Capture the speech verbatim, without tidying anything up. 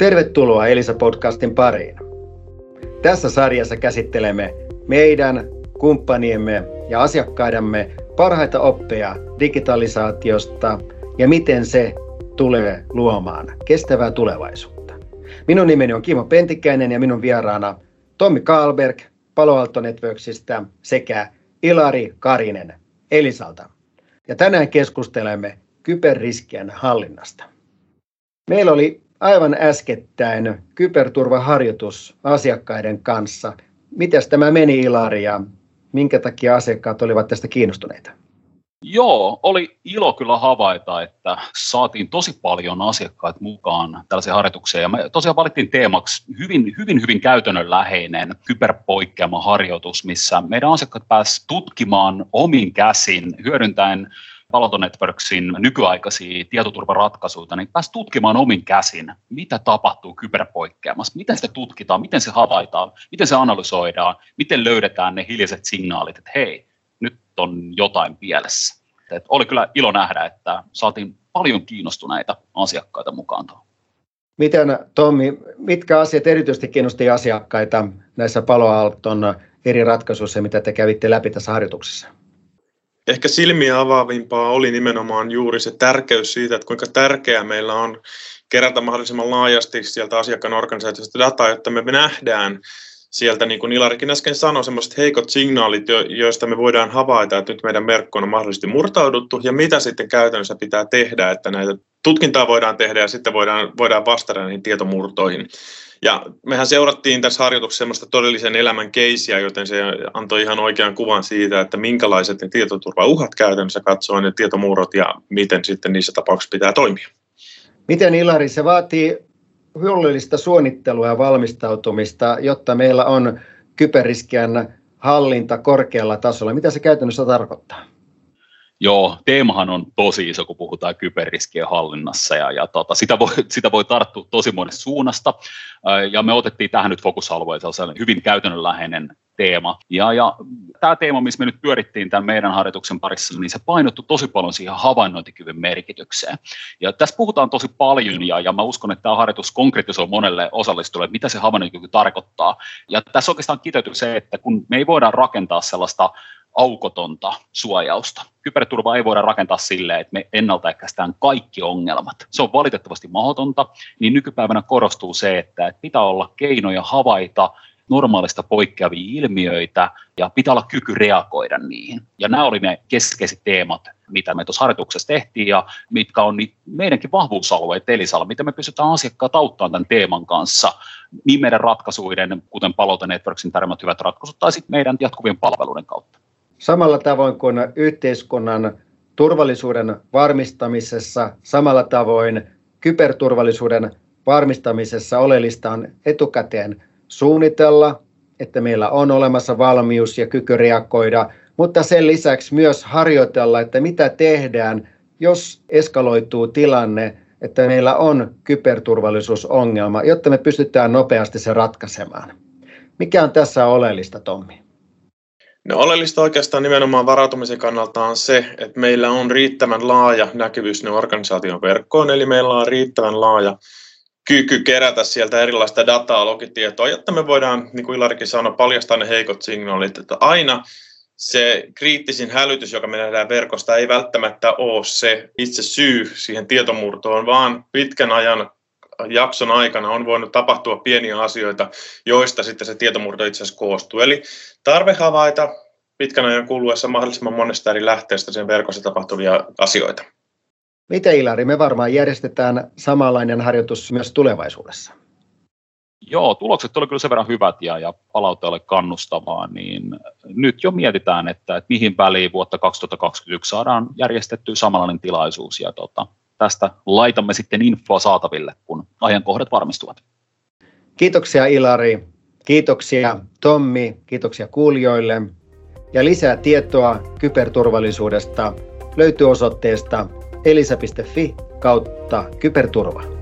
Tervetuloa Elisa-podcastin pariin. Tässä sarjassa käsittelemme meidän, kumppaniemme ja asiakkaidemme parhaita oppeja digitalisaatiosta ja miten se tulee luomaan kestävää tulevaisuutta. Minun nimeni on Kimmo Pentikäinen ja minun vieraana Tommi Karlberg Palo Alto Networksista sekä Ilari Karinen Elisalta. Ja tänään keskustelemme kyberriskien hallinnasta. Meillä oli aivan äskettäin kyberturvaharjoitus asiakkaiden kanssa. Mites tämä meni, Ilari, ja minkä takia asiakkaat olivat tästä kiinnostuneita? Joo, oli ilo kyllä havaita, että saatiin tosi paljon asiakkaat mukaan tällaiseen harjoitukseen. Ja me tosiaan valittiin teemaksi hyvin, hyvin, hyvin käytännönläheinen kyberpoikkeama-harjoitus, missä meidän asiakkaat pääsivät tutkimaan omin käsin, hyödyntäen Palo Alto Networksin nykyaikaisia tietoturvaratkaisuja, niin pääsi tutkimaan omin käsin, mitä tapahtuu kyberpoikkeamassa, miten sitä tutkitaan, miten se havaitaan, miten se analysoidaan, miten löydetään ne hiljaiset signaalit, että hei, nyt on jotain pielessä. Et oli kyllä ilo nähdä, että saatiin paljon kiinnostuneita asiakkaita mukaan tuohon. Miten, Tommi, mitkä asiat erityisesti kiinnosti asiakkaita näissä Palo Alton eri ratkaisuissa, mitä te kävitte läpi tässä harjoituksessa? Ehkä silmiä avaavimpaa oli nimenomaan juuri se tärkeys siitä, että kuinka tärkeää meillä on kerätä mahdollisimman laajasti sieltä asiakkaan organisaatiosta dataa, jotta me nähdään sieltä, niin kuin Ilarikin äsken sanoi, semmoiset heikot signaalit, joista me voidaan havaita, että nyt meidän verkkoon on mahdollisesti murtauduttu, ja mitä sitten käytännössä pitää tehdä, että näitä tutkintaa voidaan tehdä, ja sitten voidaan, voidaan vastata näihin tietomurtoihin. Ja mehän seurattiin tässä harjoituksessa semmoista todellisen elämän keisiä, joten se antoi ihan oikean kuvan siitä, että minkälaiset ne tietoturvauhat käytännössä katsoo ne tietomurrot ja miten sitten niissä tapauksissa pitää toimia. Miten, Ilari, se vaatii huolellista suunnittelua ja valmistautumista, jotta meillä on kyberriskien hallinta korkealla tasolla. Mitä se käytännössä tarkoittaa? Joo, teemahan on tosi iso, kun puhutaan kyberriskien hallinnassa, ja, ja tota, sitä, voi, sitä voi tarttua tosi monesta suunnasta, ja me otettiin tähän nyt fokusalueeseen sellainen hyvin käytännönläheinen teema, ja, ja tämä teema, missä me nyt pyörittiin tämän meidän harjoituksen parissa, niin se painottui tosi paljon siihen havainnointikyvyn merkitykseen, ja tässä puhutaan tosi paljon, ja, ja mä uskon, että tämä harjoitus konkretisoi monelle osallistujalle, mitä se havainnointikyky tarkoittaa, ja tässä oikeastaan kiteytyy se, että kun me ei voida rakentaa sellaista aukotonta suojausta. Kyberturvaa ei voida rakentaa silleen, että me ennaltaehkäistään kaikki ongelmat. Se on valitettavasti mahdotonta, niin nykypäivänä korostuu se, että pitää olla keinoja havaita normaalista poikkeavia ilmiöitä ja pitää olla kyky reagoida niihin. Ja nämä oli ne keskeiset teemat, mitä me tuossa harjoituksessa tehtiin ja mitkä on meidänkin vahvuusalueet Elisalla, mitä me pystytään asiakkaat auttamaan tämän teeman kanssa, niin meidän ratkaisuiden, kuten Palo Alto Networksin tarjoamat hyvät ratkaisut, tai sitten meidän jatkuvien palveluiden kautta. Samalla tavoin kuin yhteiskunnan turvallisuuden varmistamisessa, samalla tavoin kyberturvallisuuden varmistamisessa oleellista on etukäteen suunnitella, että meillä on olemassa valmius ja kyky reagoida, mutta sen lisäksi myös harjoitella, että mitä tehdään, jos eskaloituu tilanne, että meillä on kyberturvallisuusongelma, jotta me pystytään nopeasti se ratkaisemaan. Mikä on tässä oleellista, Tommi? No, oleellista oikeastaan nimenomaan varautumisen kannalta on se, että meillä on riittävän laaja näkyvyys ne organisaation verkkoon, eli meillä on riittävän laaja kyky kerätä sieltä erilaista dataa, logitietoa, jotta me voidaan, niin kuin Ilarikin sanoi, paljastaa ne heikot signaalit, että aina se kriittisin hälytys, joka me nähdään verkosta, ei välttämättä ole se itse syy siihen tietomurtoon, vaan pitkän ajan jakson aikana on voinut tapahtua pieniä asioita, joista sitten se tietomurto itse asiassa koostuu. Eli tarve havaita pitkän ajan kuluessa mahdollisimman monesta eri lähteestä sen verkossa tapahtuvia asioita. Miten, Ilari, me varmaan järjestetään samanlainen harjoitus myös tulevaisuudessa? Joo, tulokset oli kyllä sen verran hyvät ja, ja palaute oli kannustavaa, niin nyt jo mietitään, että, että mihin väliin vuotta kaksituhattakaksikymmentäyksi saadaan järjestettyä samanlainen tilaisuus ja tota, tästä laitamme sitten infoa saataville, kun ajankohdat varmistuvat. Kiitoksia, Ilari, kiitoksia Tommi, kiitoksia kuulijoille ja lisää tietoa kyberturvallisuudesta löytyy osoitteesta elisa piste fi kautta kyberturva.